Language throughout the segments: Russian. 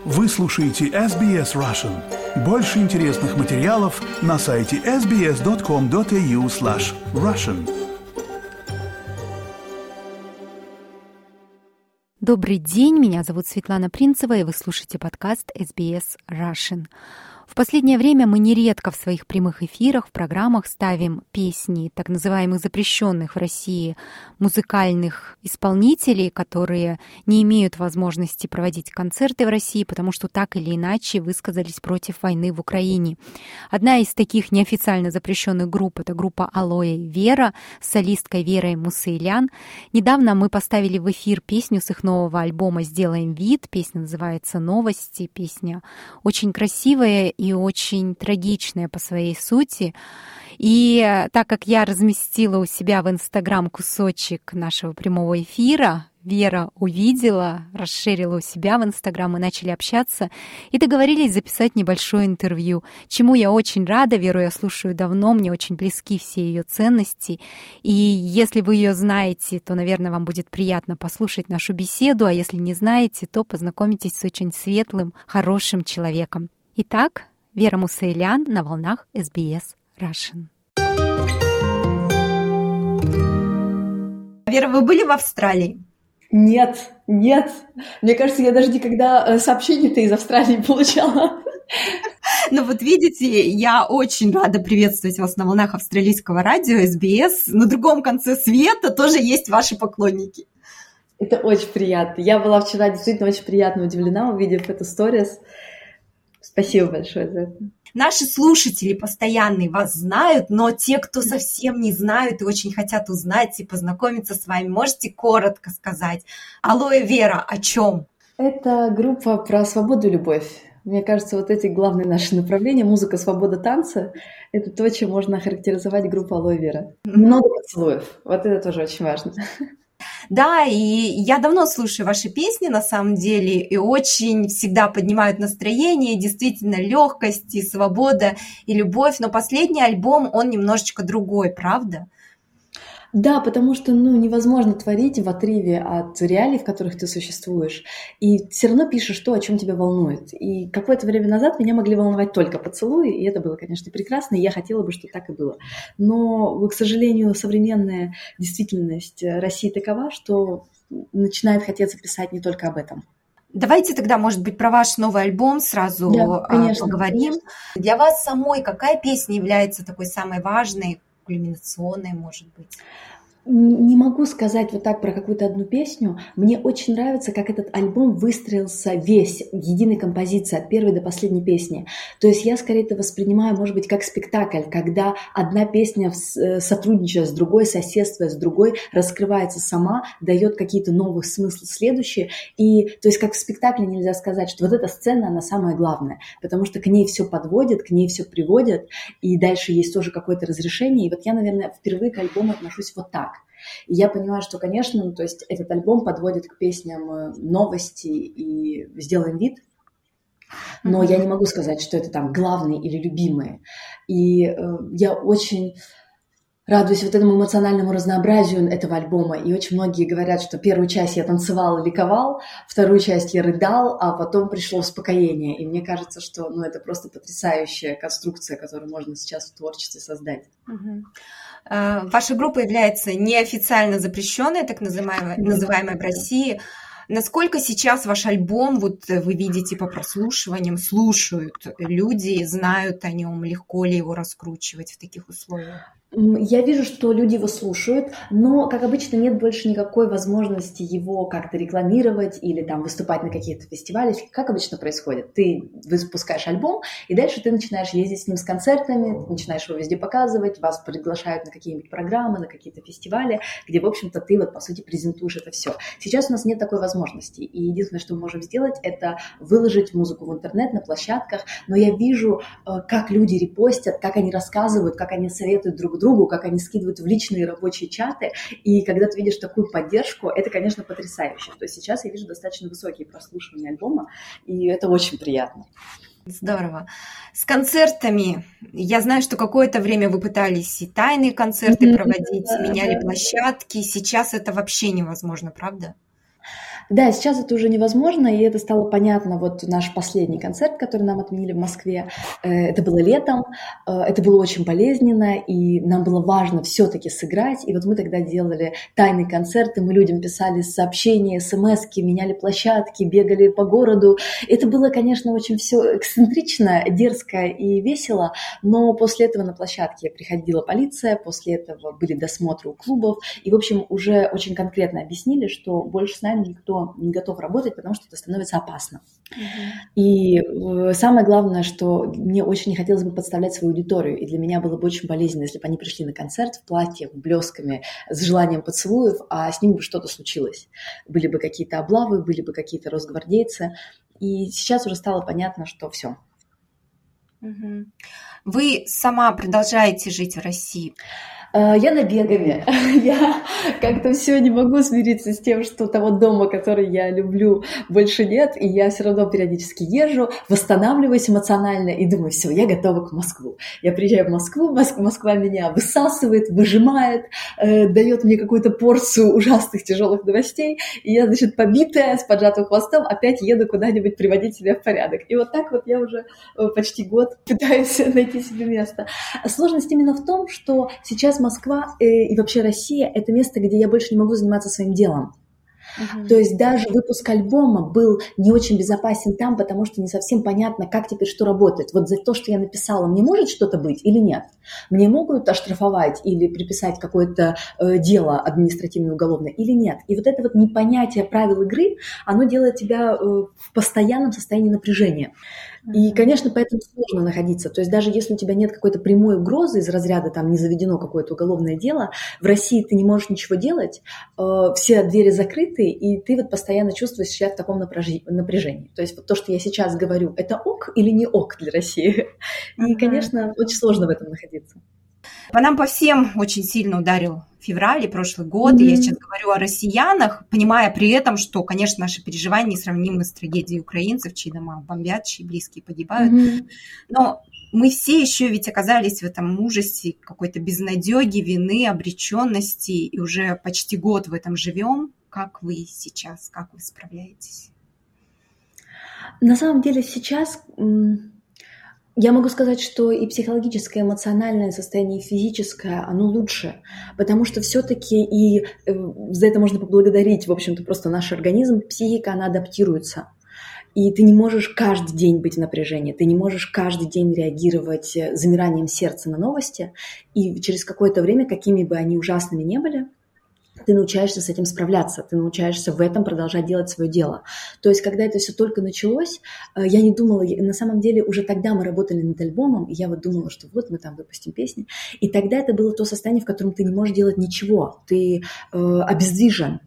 Вы слушаете SBS Russian. Больше интересных материалов на сайте sbs.com.au/russian. Добрый день, меня зовут Светлана Принцева, и вы слушаете подкаст SBS Russian. В последнее время мы нередко в своих прямых эфирах, в программах ставим песни так называемых запрещенных в России музыкальных исполнителей, которые не имеют возможности проводить концерты в России, потому что так или иначе высказались против войны в Украине. Одна из таких неофициально запрещенных групп — это группа Алоэ Вера с солисткой Верой Мусейлян. Недавно мы поставили в эфир песню с их нового альбома «Сделаем вид». Песня называется «Новости». Песня очень красивая и очень трагичная по своей сути. И так как я разместила у себя в Инстаграм кусочек нашего прямого эфира, Вера увидела, расширила у себя в Инстаграм, мы начали общаться и договорились записать небольшое интервью, чему я очень рада. Веру я слушаю давно, мне очень близки все ее ценности. И если вы ее знаете, то, наверное, вам будет приятно послушать нашу беседу, а если не знаете, то познакомитесь с очень светлым, хорошим человеком. Итак, Вера Мусейлян на волнах SBS Russian. Вера, вы были в Австралии? Нет. Мне кажется, я даже никогда сообщений-то из Австралии не получала. Ну вот видите, я очень рада приветствовать вас на волнах австралийского радио SBS. На другом конце света тоже есть ваши поклонники. Это очень приятно. Я была вчера действительно очень приятно удивлена, увидев эту сторис. Спасибо большое за это. Наши слушатели постоянные вас знают, но те, кто совсем не знают и очень хотят узнать и познакомиться с вами, можете коротко сказать: Алоэ Вера о чем? Это группа про свободу и любовь. Мне кажется, вот эти главные наши направления — музыка, свобода, танцы — это то, чем можно охарактеризовать группу Алоэ Вера. Много поцелуев. Вот это тоже очень важно. Да, и я давно слушаю ваши песни, на самом деле, и очень всегда поднимают настроение, действительно, легкость и свобода и любовь, но последний альбом, он немножечко другой, правда? Да, потому что невозможно творить в отрыве от реалий, в которых ты существуешь, и все равно пишешь то, о чем тебя волнует. И какое-то время назад меня могли волновать только поцелуи, и это было, конечно, прекрасно, и я хотела бы, чтобы так и было. Но, к сожалению, современная действительность России такова, что начинает хотеться писать не только об этом. Давайте тогда, может быть, про ваш новый альбом сразу поговорим. Конечно. Для вас самой какая песня является такой самой важной, кульминационной, может быть? Не могу сказать вот так про какую-то одну песню. Мне очень нравится, как этот альбом выстроился весь, единой композицией, от первой до последней песни. То есть я скорее это воспринимаю, может быть, как спектакль, когда одна песня, сотрудничая с другой, соседствуя с другой, раскрывается сама, дает какие-то новые смыслы следующие. И то есть как в спектакле нельзя сказать, что вот эта сцена, она самая главная, потому что к ней все подводит, к ней все приводит, и дальше есть тоже какое-то разрешение. И вот я, наверное, впервые к альбому отношусь вот так. И я понимаю, что, конечно, то есть этот альбом подводит к песням «Новости» и «Сделаем вид», но я не могу сказать, что это там главные или любимые. И я очень радуюсь вот этому эмоциональному разнообразию этого альбома. И очень многие говорят, что первую часть я танцевал и ликовал, вторую часть я рыдал, а потом пришло успокоение. И мне кажется, что это просто потрясающая конструкция, которую можно сейчас в творчестве создать. Ваша группа является неофициально запрещенной, так называемой в России. Насколько сейчас ваш альбом, вот вы видите по прослушиваниям, слушают люди, знают о нем, легко ли его раскручивать в таких условиях? Я вижу, что люди его слушают, но, как обычно, нет больше никакой возможности его как-то рекламировать или там выступать на каких-то фестивалях. Как обычно происходит? Ты выпускаешь альбом, и дальше ты начинаешь ездить с ним с концертами, ты начинаешь его везде показывать, вас приглашают на какие-нибудь программы, на какие-то фестивали, где, в общем-то, ты по сути, презентуешь это все. Сейчас у нас нет такой возможности, и единственное, что мы можем сделать, это выложить музыку в интернет, на площадках, но я вижу, как люди репостят, как они рассказывают, как они советуют друг другу, как они скидывают в личные рабочие чаты, и когда ты видишь такую поддержку, это, конечно, потрясающе. То есть сейчас я вижу достаточно высокие прослушивания альбома, и это очень приятно. Здорово. С концертами. Я знаю, что какое-то время вы пытались и тайные концерты проводить, меняли площадки. Сейчас это вообще невозможно, правда? Да, сейчас это уже невозможно, и это стало понятно. Вот наш последний концерт, который нам отменили в Москве, это было летом, это было очень болезненно, и нам было важно все-таки сыграть. И вот мы тогда делали тайный концерт, и мы людям писали сообщения, смски, меняли площадки, бегали по городу. Это было, конечно, очень все эксцентрично, дерзко и весело, но после этого на площадке приходила полиция, после этого были досмотры у клубов, и, в общем, уже очень конкретно объяснили, что больше с нами никто не готов работать, потому что это становится опасно. И самое главное, что мне очень не хотелось бы подставлять свою аудиторию, и для меня было бы очень болезненно, если бы они пришли на концерт в платьях, блесками, с желанием поцелуев, а с ними бы что-то случилось. Были бы какие-то облавы, были бы какие-то росгвардейцы, и сейчас уже стало понятно, что все. Вы сама продолжаете жить в России? Я набегами. Я как-то все не могу смириться с тем, что того дома, который я люблю, больше нет, и я все равно периодически езжу, восстанавливаюсь эмоционально и думаю, все, я готова к Москву. Я приезжаю в Москву, Москва меня высасывает, выжимает, дает мне какую-то порцию ужасных, тяжелых новостей, и я, значит, побитая, с поджатым хвостом, опять еду куда-нибудь приводить себя в порядок. И вот так вот я уже почти год пытаюсь найти себе место. Сложность именно в том, что сейчас Москва и вообще Россия – это место, где я больше не могу заниматься своим делом. То есть даже выпуск альбома был не очень безопасен там, потому что не совсем понятно, как теперь что работает. Вот за то, что я написала, мне может что-то быть или нет? Мне могут оштрафовать или приписать какое-то дело административное, уголовное или нет? И вот это вот непонятие правил игры, оно делает тебя в постоянном состоянии напряжения. И, конечно, поэтому сложно находиться. То есть даже если у тебя нет какой-то прямой угрозы из разряда, там, не заведено какое-то уголовное дело, в России ты не можешь ничего делать, все двери закрыты, и ты вот постоянно чувствуешь себя в таком напряжении. То есть вот то, что я сейчас говорю, это ок или не ок для России? И, конечно, очень сложно в этом находиться. По нам по всем очень сильно ударил февраль и прошлый год, и я сейчас говорю о россиянах, понимая при этом, что, конечно, наши переживания несравнимы с трагедией украинцев, чьи дома бомбят, чьи близкие погибают. Но мы все еще ведь оказались в этом ужасе, какой-то безнадеги, вины, обреченности, и уже почти год в этом живем. Как вы сейчас, как вы справляетесь? На самом деле сейчас я могу сказать, что и психологическое, эмоциональное состояние, и физическое, оно лучше, потому что все-таки и за это можно поблагодарить, в общем-то, просто наш организм, психика, она адаптируется. И ты не можешь каждый день быть в напряжении, ты не можешь каждый день реагировать замиранием сердца на новости, и через какое-то время, какими бы они ужасными ни были, ты научаешься с этим справляться, ты научаешься в этом продолжать делать свое дело. То есть, когда это все только началось, я не думала, на самом деле уже тогда мы работали над альбомом, и я вот думала, что вот мы там выпустим песни, и тогда это было то состояние, в котором ты не можешь делать ничего, ты обездвижен.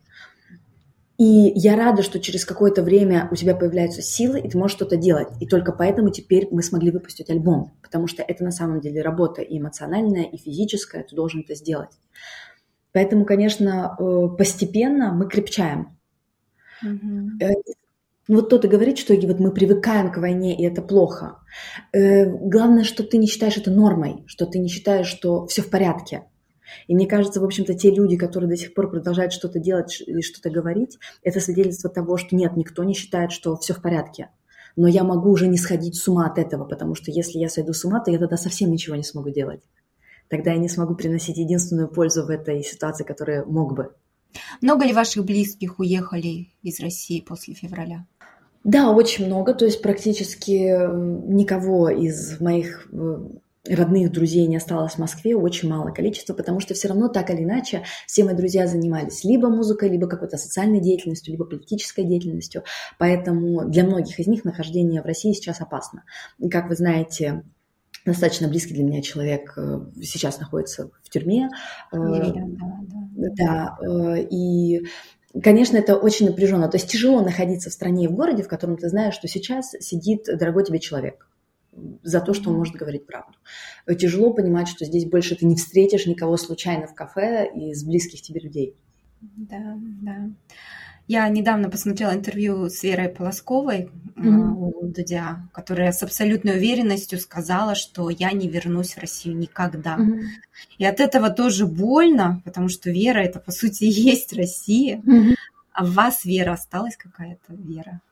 И я рада, что через какое-то время у тебя появляются силы, и ты можешь что-то делать. И только поэтому теперь мы смогли выпустить альбом, потому что это на самом деле работа и эмоциональная, и физическая, ты должен это сделать. Поэтому, конечно, постепенно мы крепчаем. Вот кто-то говорит, что вот мы привыкаем к войне, и это плохо. Главное, что ты не считаешь это нормой, что ты не считаешь, что все в порядке. И мне кажется, в общем-то, те люди, которые до сих пор продолжают что-то делать и что-то говорить, это свидетельство того, что нет, никто не считает, что все в порядке. Но я могу уже не сходить с ума от этого, потому что если я сойду с ума, то я тогда совсем ничего не смогу делать. Тогда я не смогу приносить единственную пользу в этой ситуации, которую мог бы. Много ли ваших близких уехали из России после февраля? Да, очень много. То есть практически никого из моих родных друзей не осталось в Москве, очень малое количество, потому что все равно так или иначе все мои друзья занимались либо музыкой, либо какой-то социальной деятельностью, либо политической деятельностью. Поэтому для многих из них нахождение в России сейчас опасно. Как вы знаете, достаточно близкий для меня человек сейчас находится в тюрьме. Да, и, конечно, это очень напряженно. То есть тяжело находиться в стране и в городе, в котором ты знаешь, что сейчас сидит дорогой тебе человек за то, что он может говорить правду. Тяжело понимать, что здесь больше ты не встретишь никого случайно в кафе из близких тебе людей. Да. Я недавно посмотрела интервью с Верой Полосковой у Дудя, которая с абсолютной уверенностью сказала, что я не вернусь в Россию никогда. И от этого тоже больно, потому что Вера – это, по сути, и есть Россия. А в вас вера осталась какая-то вера?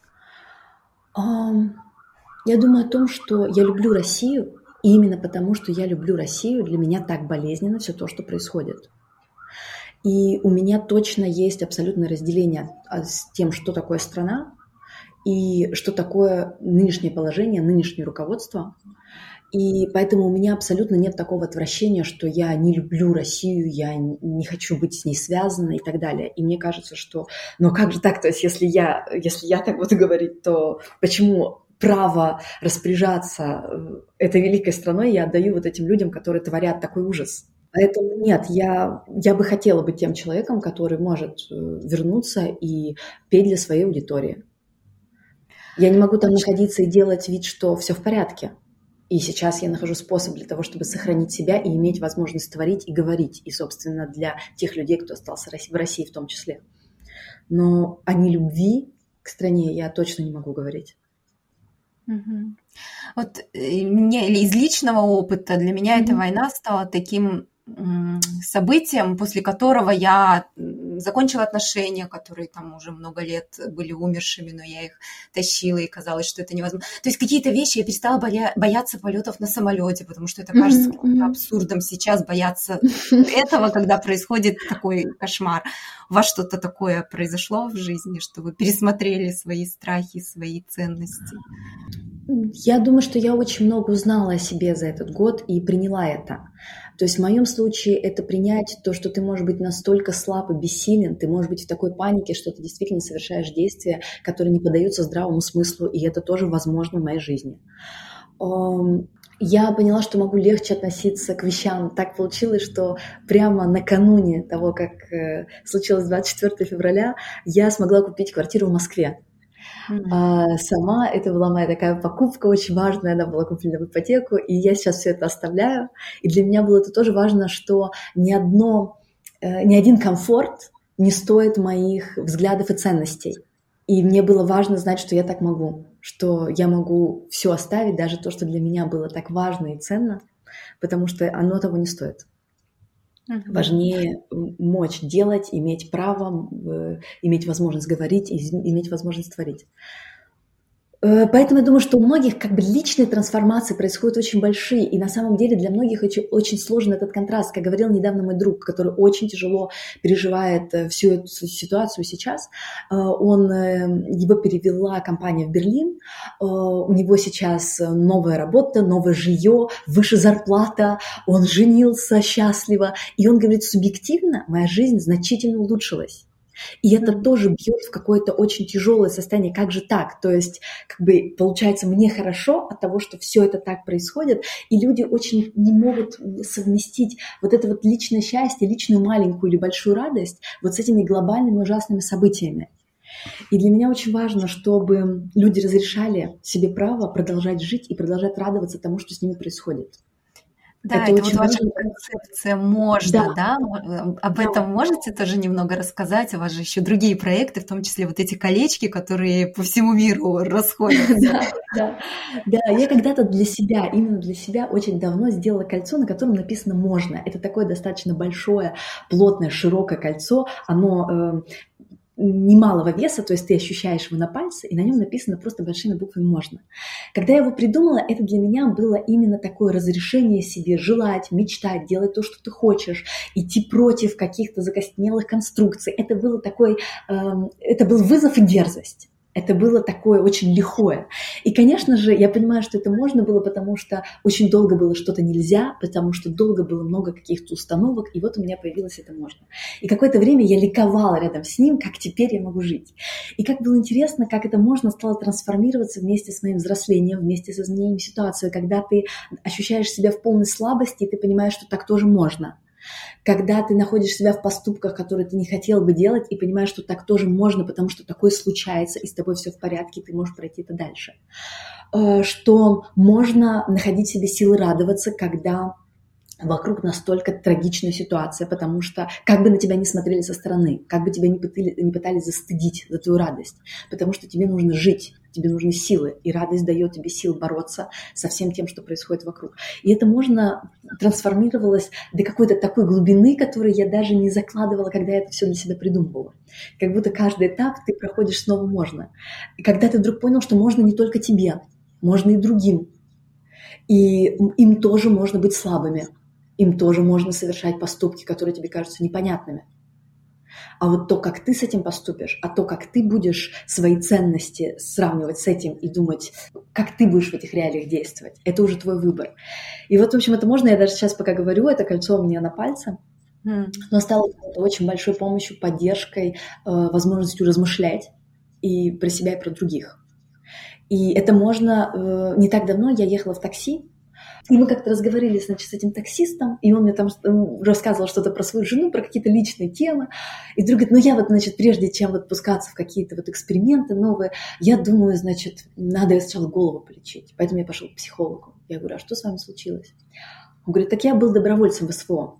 Я думаю о том, что я люблю Россию, и именно потому, что я люблю Россию, для меня так болезненно все то, что происходит. И у меня точно есть абсолютное разделение с тем, что такое страна и что такое нынешнее положение, нынешнее руководство. И поэтому у меня абсолютно нет такого отвращения, что я не люблю Россию, я не хочу быть с ней связана и так далее. И мне кажется, что... Но как же так? То есть если я так буду говорить, то почему право распоряжаться этой великой страной я отдаю вот этим людям, которые творят такой ужас? Поэтому нет, я бы хотела быть тем человеком, который может вернуться и петь для своей аудитории. Я не могу там находиться и делать вид, что все в порядке. И сейчас я нахожу способ для того, чтобы сохранить себя и иметь возможность творить и говорить. И, собственно, для тех людей, кто остался в России в том числе. Но о нелюбви к стране я точно не могу говорить. Угу. Вот мне из личного опыта для меня эта война стала таким событием, после которого я закончила отношения, которые там уже много лет были умершими, но я их тащила, и казалось, что это невозможно. То есть какие-то вещи я перестала бояться полетов на самолете, потому что это кажется каким-то абсурдом сейчас бояться этого, когда происходит такой кошмар. У вас что-то такое произошло в жизни, что вы пересмотрели свои страхи, свои ценности? Я думаю, что я очень много узнала о себе за этот год и приняла это. То есть в моем случае это принять то, что ты можешь быть настолько слаб и бессилен, ты можешь быть в такой панике, что ты действительно совершаешь действия, которые не поддаются здравому смыслу, и это тоже возможно в моей жизни. Я поняла, что могу легче относиться к вещам. Так получилось, что прямо накануне того, как случилось 24 февраля, я смогла купить квартиру в Москве. Сама это была моя такая покупка очень важная, она была куплена в ипотеку, и я сейчас все это оставляю. И для меня было это тоже важно, что ни один комфорт не стоит моих взглядов и ценностей. И мне было важно знать, что я так могу, что я могу все оставить, даже то, что для меня было так важно и ценно, потому что оно того не стоит. Важнее мочь делать, иметь право, иметь возможность говорить и иметь возможность творить. Поэтому я думаю, что у многих как бы личные трансформации происходят очень большие, и на самом деле для многих очень сложен этот контраст. Как говорил недавно мой друг, который очень тяжело переживает всю эту ситуацию сейчас, его перевела компания в Берлин, у него сейчас новая работа, новое жилье, выше зарплата, он женился счастливо, и он говорит, субъективно моя жизнь значительно улучшилась. И это тоже бьет в какое-то очень тяжелое состояние. Как же так? То есть, как бы, получается, мне хорошо от того, что все это так происходит, и люди очень не могут совместить вот это вот личное счастье, личную маленькую или большую радость вот с этими глобальными ужасными событиями. И для меня очень важно, чтобы люди разрешали себе право продолжать жить и продолжать радоваться тому, что с ними происходит. Да, это вот ваша концепция «можно», да? Об этом можете тоже немного рассказать? У вас же еще другие проекты, в том числе вот эти колечки, которые по всему миру расходятся. Да, я когда-то именно для себя очень давно сделала кольцо, на котором написано «можно». Это такое достаточно большое, плотное, широкое кольцо, оно немалого веса, то есть ты ощущаешь его на пальце, и на нем написано просто большими буквами «можно». Когда я его придумала, это для меня было именно такое разрешение себе желать, мечтать, делать то, что ты хочешь, идти против каких-то закостенелых конструкций. Это был вызов и дерзость. Это было такое очень лихое. И, конечно же, я понимаю, что это можно было, потому что очень долго было что-то нельзя, потому что долго было много каких-то установок, и вот у меня появилось это можно. И какое-то время я ликовала рядом с ним, как теперь я могу жить. И как было интересно, как это можно стало трансформироваться вместе с моим взрослением, вместе с изменением ситуации, когда ты ощущаешь себя в полной слабости, и ты понимаешь, что так тоже можно. Когда ты находишь себя в поступках, которые ты не хотел бы делать, и понимаешь, что так тоже можно, потому что такое случается, и с тобой все в порядке, и ты можешь пройти это дальше. Что можно находить в себе силы радоваться, когда вокруг настолько трагичная ситуация, потому что как бы на тебя ни смотрели со стороны, как бы тебя не пытались застыдить за твою радость, потому что тебе нужно жить, тебе нужны силы, и радость дает тебе сил бороться со всем тем, что происходит вокруг. И это трансформировалось до какой-то такой глубины, которую я даже не закладывала, когда я это все для себя придумывала. Как будто каждый этап ты проходишь снова можно. И когда ты вдруг понял, что можно не только тебе, можно и другим. И им тоже можно быть слабыми. Им тоже можно совершать поступки, которые тебе кажутся непонятными. А вот то, как ты с этим поступишь, а то, как ты будешь свои ценности сравнивать с этим и думать, как ты будешь в этих реалиях действовать, это уже твой выбор. И вот, в общем, это можно, я даже сейчас пока говорю, это кольцо у меня на пальце, но стало очень большой помощью, поддержкой, возможностью размышлять и про себя, и про других. И это можно... Не так давно я ехала в такси, и мы как-то разговаривали, значит, с этим таксистом, и он мне там рассказывал что-то про свою жену, про какие-то личные темы. И вдруг говорит, я значит, прежде чем пускаться в какие-то эксперименты новые, я думаю, значит, надо сначала голову полечить. Поэтому я пошел к психологу. Я говорю, а что с вами случилось? Он говорит, так я был добровольцем в СВО.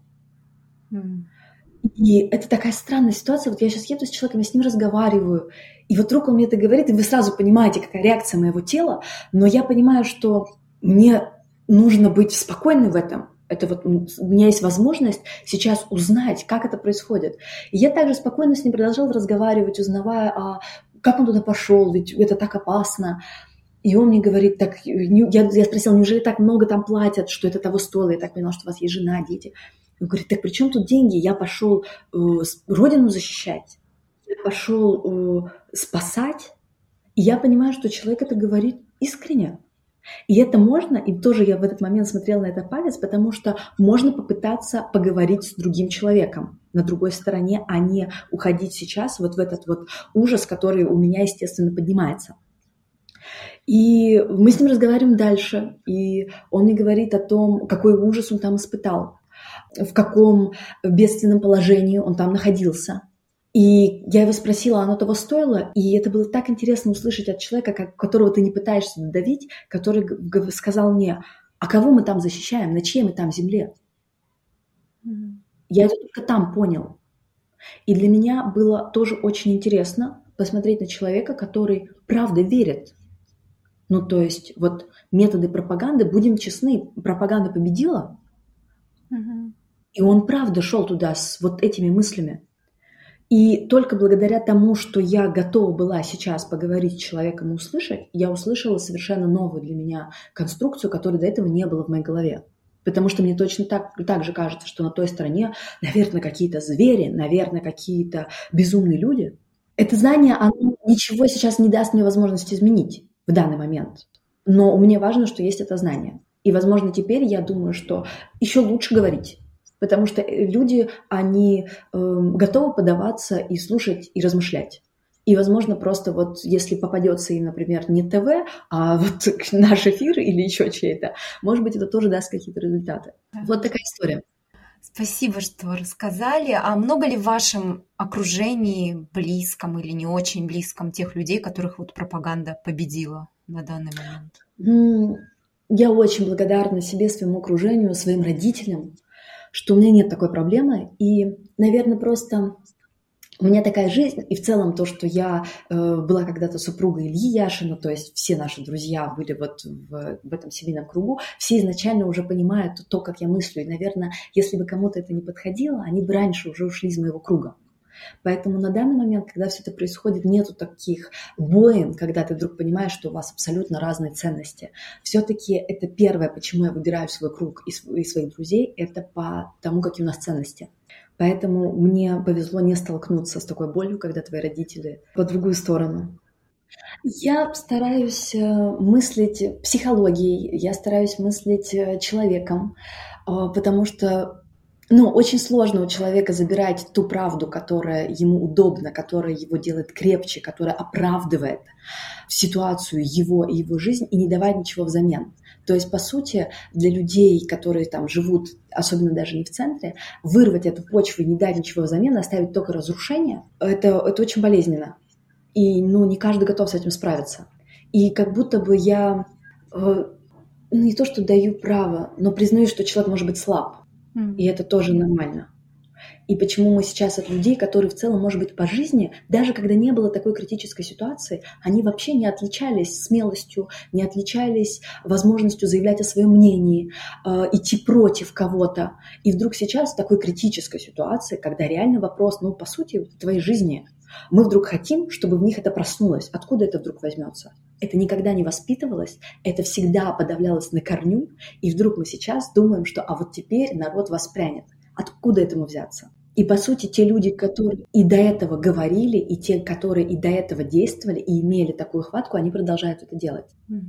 И это такая странная ситуация. Вот я сейчас еду с человеком, я с ним разговариваю, и вдруг он мне это говорит, и вы сразу понимаете, какая реакция моего тела, но я понимаю, что мне нужно быть спокойной в этом. Это у меня есть возможность сейчас узнать, как это происходит. И я также спокойно с ним продолжала разговаривать, узнавая, как он туда пошел, ведь это так опасно. И он мне говорит, я спросила, неужели так много там платят, что это того стоило? Я так поняла, что у вас есть жена, дети. Он говорит, так при чем тут деньги? Я пошел родину защищать, я пошел спасать. И я понимаю, что человек это говорит искренне. И это можно, и тоже я в этот момент смотрела на этот палец, потому что можно попытаться поговорить с другим человеком на другой стороне, а не уходить сейчас в этот ужас, который у меня, естественно, поднимается. И мы с ним разговариваем дальше, и он мне говорит о том, какой ужас он там испытал, в каком бедственном положении он там находился. И я его спросила, оно того стоило? И это было так интересно услышать от человека, которого ты не пытаешься додавить, который сказал мне, а кого мы там защищаем, на чьей мы там земле? Я это только там понял. И для меня было тоже очень интересно посмотреть на человека, который правда верит. То есть методы пропаганды, будем честны, пропаганда победила, и он правда шел туда с этими мыслями. И только благодаря тому, что я готова была сейчас поговорить с человеком и услышать, я услышала совершенно новую для меня конструкцию, которой до этого не было в моей голове. Потому что мне точно так же кажется, что на той стороне, наверное, какие-то звери, наверное, какие-то безумные люди. Это знание, оно ничего сейчас не даст мне возможности изменить в данный момент. Но мне важно, что есть это знание. И, возможно, теперь я думаю, что еще лучше говорить. Потому что люди, они готовы поддаваться и слушать, и размышлять. И, возможно, просто если попадется им, например, не ТВ, а наш эфир или еще чей-то, может быть, это тоже даст какие-то результаты. Вот такая история. Спасибо, что рассказали. А много ли в вашем окружении, близком или не очень близком, тех людей, которых пропаганда победила на данный момент? Я очень благодарна себе, своему окружению, своим родителям, что у меня нет такой проблемы, и, наверное, просто у меня такая жизнь, и в целом то, что я была когда-то супругой Ильи Яшина, то есть все наши друзья были в этом семейном кругу, все изначально уже понимают то, как я мыслю, и, наверное, если бы кому-то это не подходило, они бы раньше уже ушли из моего круга. Поэтому на данный момент, когда все это происходит, нету таких боин, когда ты вдруг понимаешь, что у вас абсолютно разные ценности. Все-таки это первое, почему я выбираю свой круг и своих друзей, это по тому, какие у нас ценности. Поэтому мне повезло не столкнуться с такой болью, когда твои родители по другую сторону. Я стараюсь мыслить психологией, я стараюсь мыслить человеком, потому что очень сложно у человека забирать ту правду, которая ему удобна, которая его делает крепче, которая оправдывает ситуацию его и его жизнь, и не давать ничего взамен. То есть, по сути, для людей, которые там живут, особенно даже не в центре, вырвать эту почву и не дать ничего взамен, оставить только разрушение, это очень болезненно. И не каждый готов с этим справиться. И как будто бы я не то что даю право, но признаю, что человек может быть слаб. И это тоже нормально. И почему мы сейчас от людей, которые в целом, может быть, по жизни, даже когда не было такой критической ситуации, они вообще не отличались смелостью, не отличались возможностью заявлять о своем мнении, идти против кого-то. И вдруг сейчас в такой критической ситуации, когда реально вопрос, по сути, в твоей жизни, мы вдруг хотим, чтобы в них это проснулось. Откуда это вдруг возьмется? Это никогда не воспитывалось, это всегда подавлялось на корню, и вдруг мы сейчас думаем, что а вот теперь народ воспрянет. Откуда этому взяться? И, по сути, те люди, которые и до этого говорили, и те, которые и до этого действовали, и имели такую хватку, они продолжают это делать.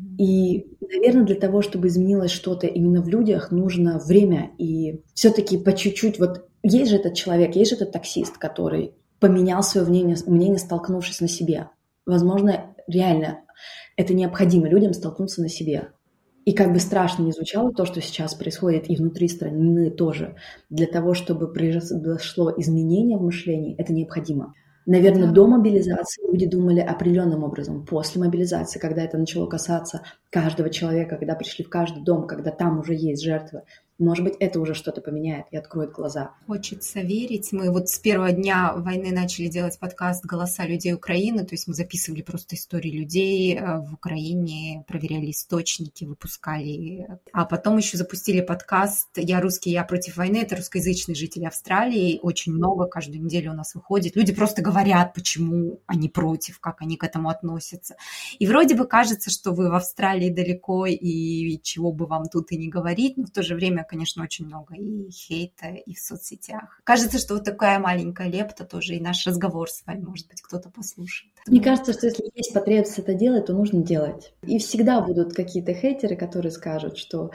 И, наверное, для того, чтобы изменилось что-то именно в людях, нужно время. И все-таки по чуть-чуть, вот есть же этот человек, есть же этот таксист, который поменял свое мнение, столкнувшись на себе. Возможно, реально это необходимо людям столкнуться на себе. И как бы страшно ни звучало то, что сейчас происходит и внутри страны тоже, для того, чтобы произошло изменение в мышлении, это необходимо. Наверное, до мобилизации люди думали определенным образом. После мобилизации, когда это начало касаться каждого человека, когда пришли в каждый дом, когда там уже есть жертвы, может быть, это уже что-то поменяет и откроет глаза. Хочется верить. Мы вот с первого дня войны начали делать подкаст «Голоса людей Украины», то есть мы записывали просто истории людей в Украине, проверяли источники, выпускали. А потом еще запустили подкаст «Я русский, я против войны». Это русскоязычные жители Австралии. Очень много, каждую неделю у нас выходит. Люди просто говорят, почему они против, как они к этому относятся. И вроде бы кажется, что вы в Австралии далеко, и чего бы вам тут и не говорить, но в то же время, конечно, очень много и хейта, и в соцсетях. Кажется, что вот такая маленькая лепта тоже, и наш разговор с вами, может быть, кто-то послушает. Мне кажется, что если есть потребность это делать, то нужно делать. И всегда будут какие-то хейтеры, которые скажут, что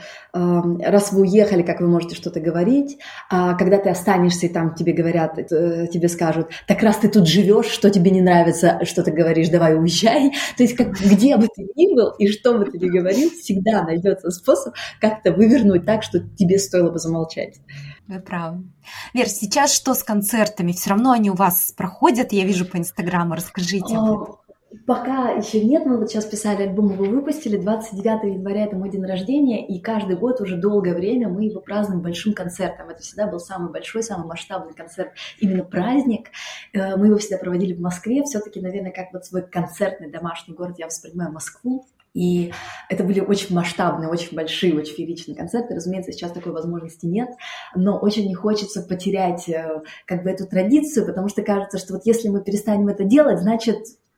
раз вы уехали, как вы можете что-то говорить, а когда ты останешься, и там тебе говорят, тебе скажут, так раз ты тут живешь, что тебе не нравится, что ты говоришь, давай уезжай. То есть где бы ты ни был, и что бы ты ни говорил, всегда найдется способ как-то вывернуть так, что тебе стоило бы замолчать. Вы правы. Вер, сейчас что с концертами? Все равно они у вас проходят, я вижу по Инстаграму. Расскажите об этом. Пока еще нет, мы вот сейчас писали альбом, его выпустили, 29 января это мой день рождения, и каждый год уже долгое время мы его празднуем большим концертом. Это всегда был самый большой, самый масштабный концерт, именно праздник. Мы его всегда проводили в Москве, все-таки, наверное, как вот свой концертный домашний город я воспринимаю Москву. И это были очень масштабные, очень большие, очень фееричные концерты. Разумеется, сейчас такой возможности нет, но очень не хочется потерять эту традицию, потому что кажется, что вот если мы перестанем это делать, значит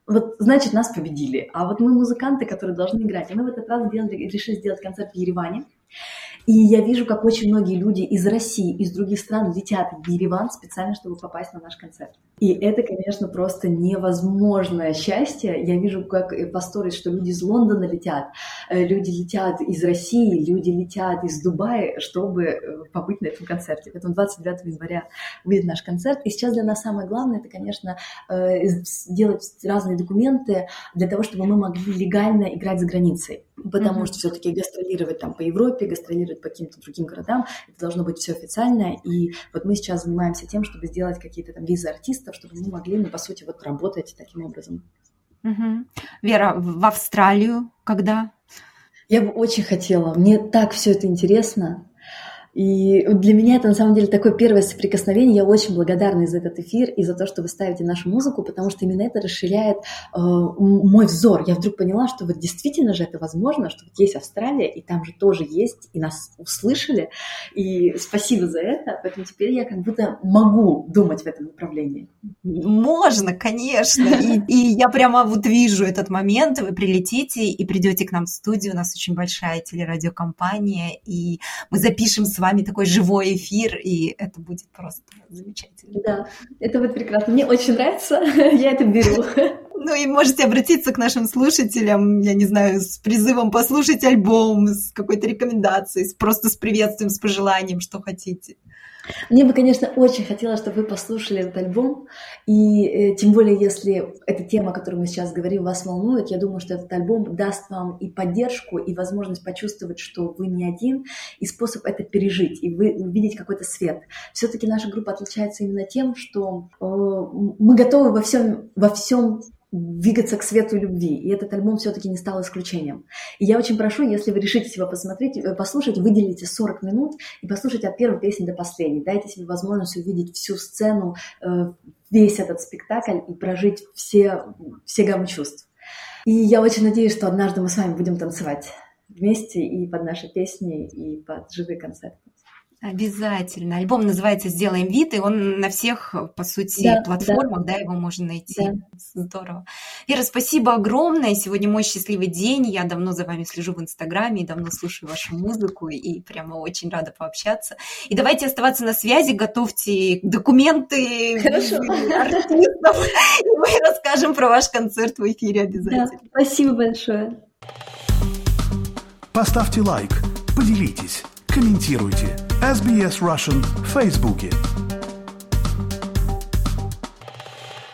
нас победили. А вот мы музыканты, которые должны играть. И мы в этот раз решили сделать концерт в Ереване. И я вижу, как очень многие люди из России, из других стран летят в Ереван специально, чтобы попасть на наш концерт. И это, конечно, просто невозможное счастье. Я вижу, как по сторис, что люди из Лондона летят, люди летят из России, люди летят из Дубая, чтобы побыть на этом концерте. Поэтому 29 января выйдет наш концерт. И сейчас для нас самое главное, это, конечно, сделать разные документы для того, чтобы мы могли легально играть за границей. Потому что все-таки гастролировать там по Европе, гастролировать по каким-то другим городам, это должно быть все официально. И вот мы сейчас занимаемся тем, чтобы сделать какие-то там визы артистов, чтобы мы могли, по сути, вот работать таким образом. Вера, в Австралию когда? Я бы очень хотела. Мне так все это интересно. И для меня это, на самом деле, такое первое соприкосновение. Я очень благодарна за этот эфир и за то, что вы ставите нашу музыку, потому что именно это расширяет мой взор. Я вдруг поняла, что вот действительно же это возможно, что вот есть Австралия, и там же тоже есть, и нас услышали. И спасибо за это. Поэтому теперь я как будто могу думать в этом направлении. Можно, конечно. И я прямо вот вижу этот момент. Вы прилетите и придете к нам в студию. У нас очень большая телерадиокомпания, и мы запишем с вами такой живой эфир, и это будет просто замечательно. Да, это будет прекрасно. Мне очень нравится, я это беру. Ну и можете обратиться к нашим слушателям, я не знаю, с призывом послушать альбом, с какой-то рекомендацией, просто с приветствием, с пожеланием, что хотите. Мне бы, конечно, очень хотелось, чтобы вы послушали этот альбом, и тем более, если эта тема, о которой мы сейчас говорим, вас волнует, я думаю, что этот альбом даст вам и поддержку, и возможность почувствовать, что вы не один, и способ это пережить, и вы увидеть какой-то свет. Все-таки наша группа отличается именно тем, что мы готовы во всем двигаться к свету любви. И этот альбом все-таки не стал исключением. И я очень прошу, если вы решите его послушать, выделите 40 минут и послушайте от первой песни до последней. Дайте себе возможность увидеть всю сцену, весь этот спектакль и прожить все гаммы чувств. И я очень надеюсь, что однажды мы с вами будем танцевать вместе и под наши песни, и под живые концерты. Обязательно. Альбом называется «Сделаем вид», и он на всех, по сути, платформах, да, его можно найти. Да. Здорово. Вера, спасибо огромное. Сегодня мой счастливый день. Я давно за вами слежу в Инстаграме и давно слушаю вашу музыку, и прямо очень рада пообщаться. И давайте оставаться на связи, готовьте документы артистов, и мы расскажем про ваш концерт в эфире обязательно. Да, спасибо большое. Поставьте лайк, поделитесь, комментируйте. SBS Russian в Фейсбуке.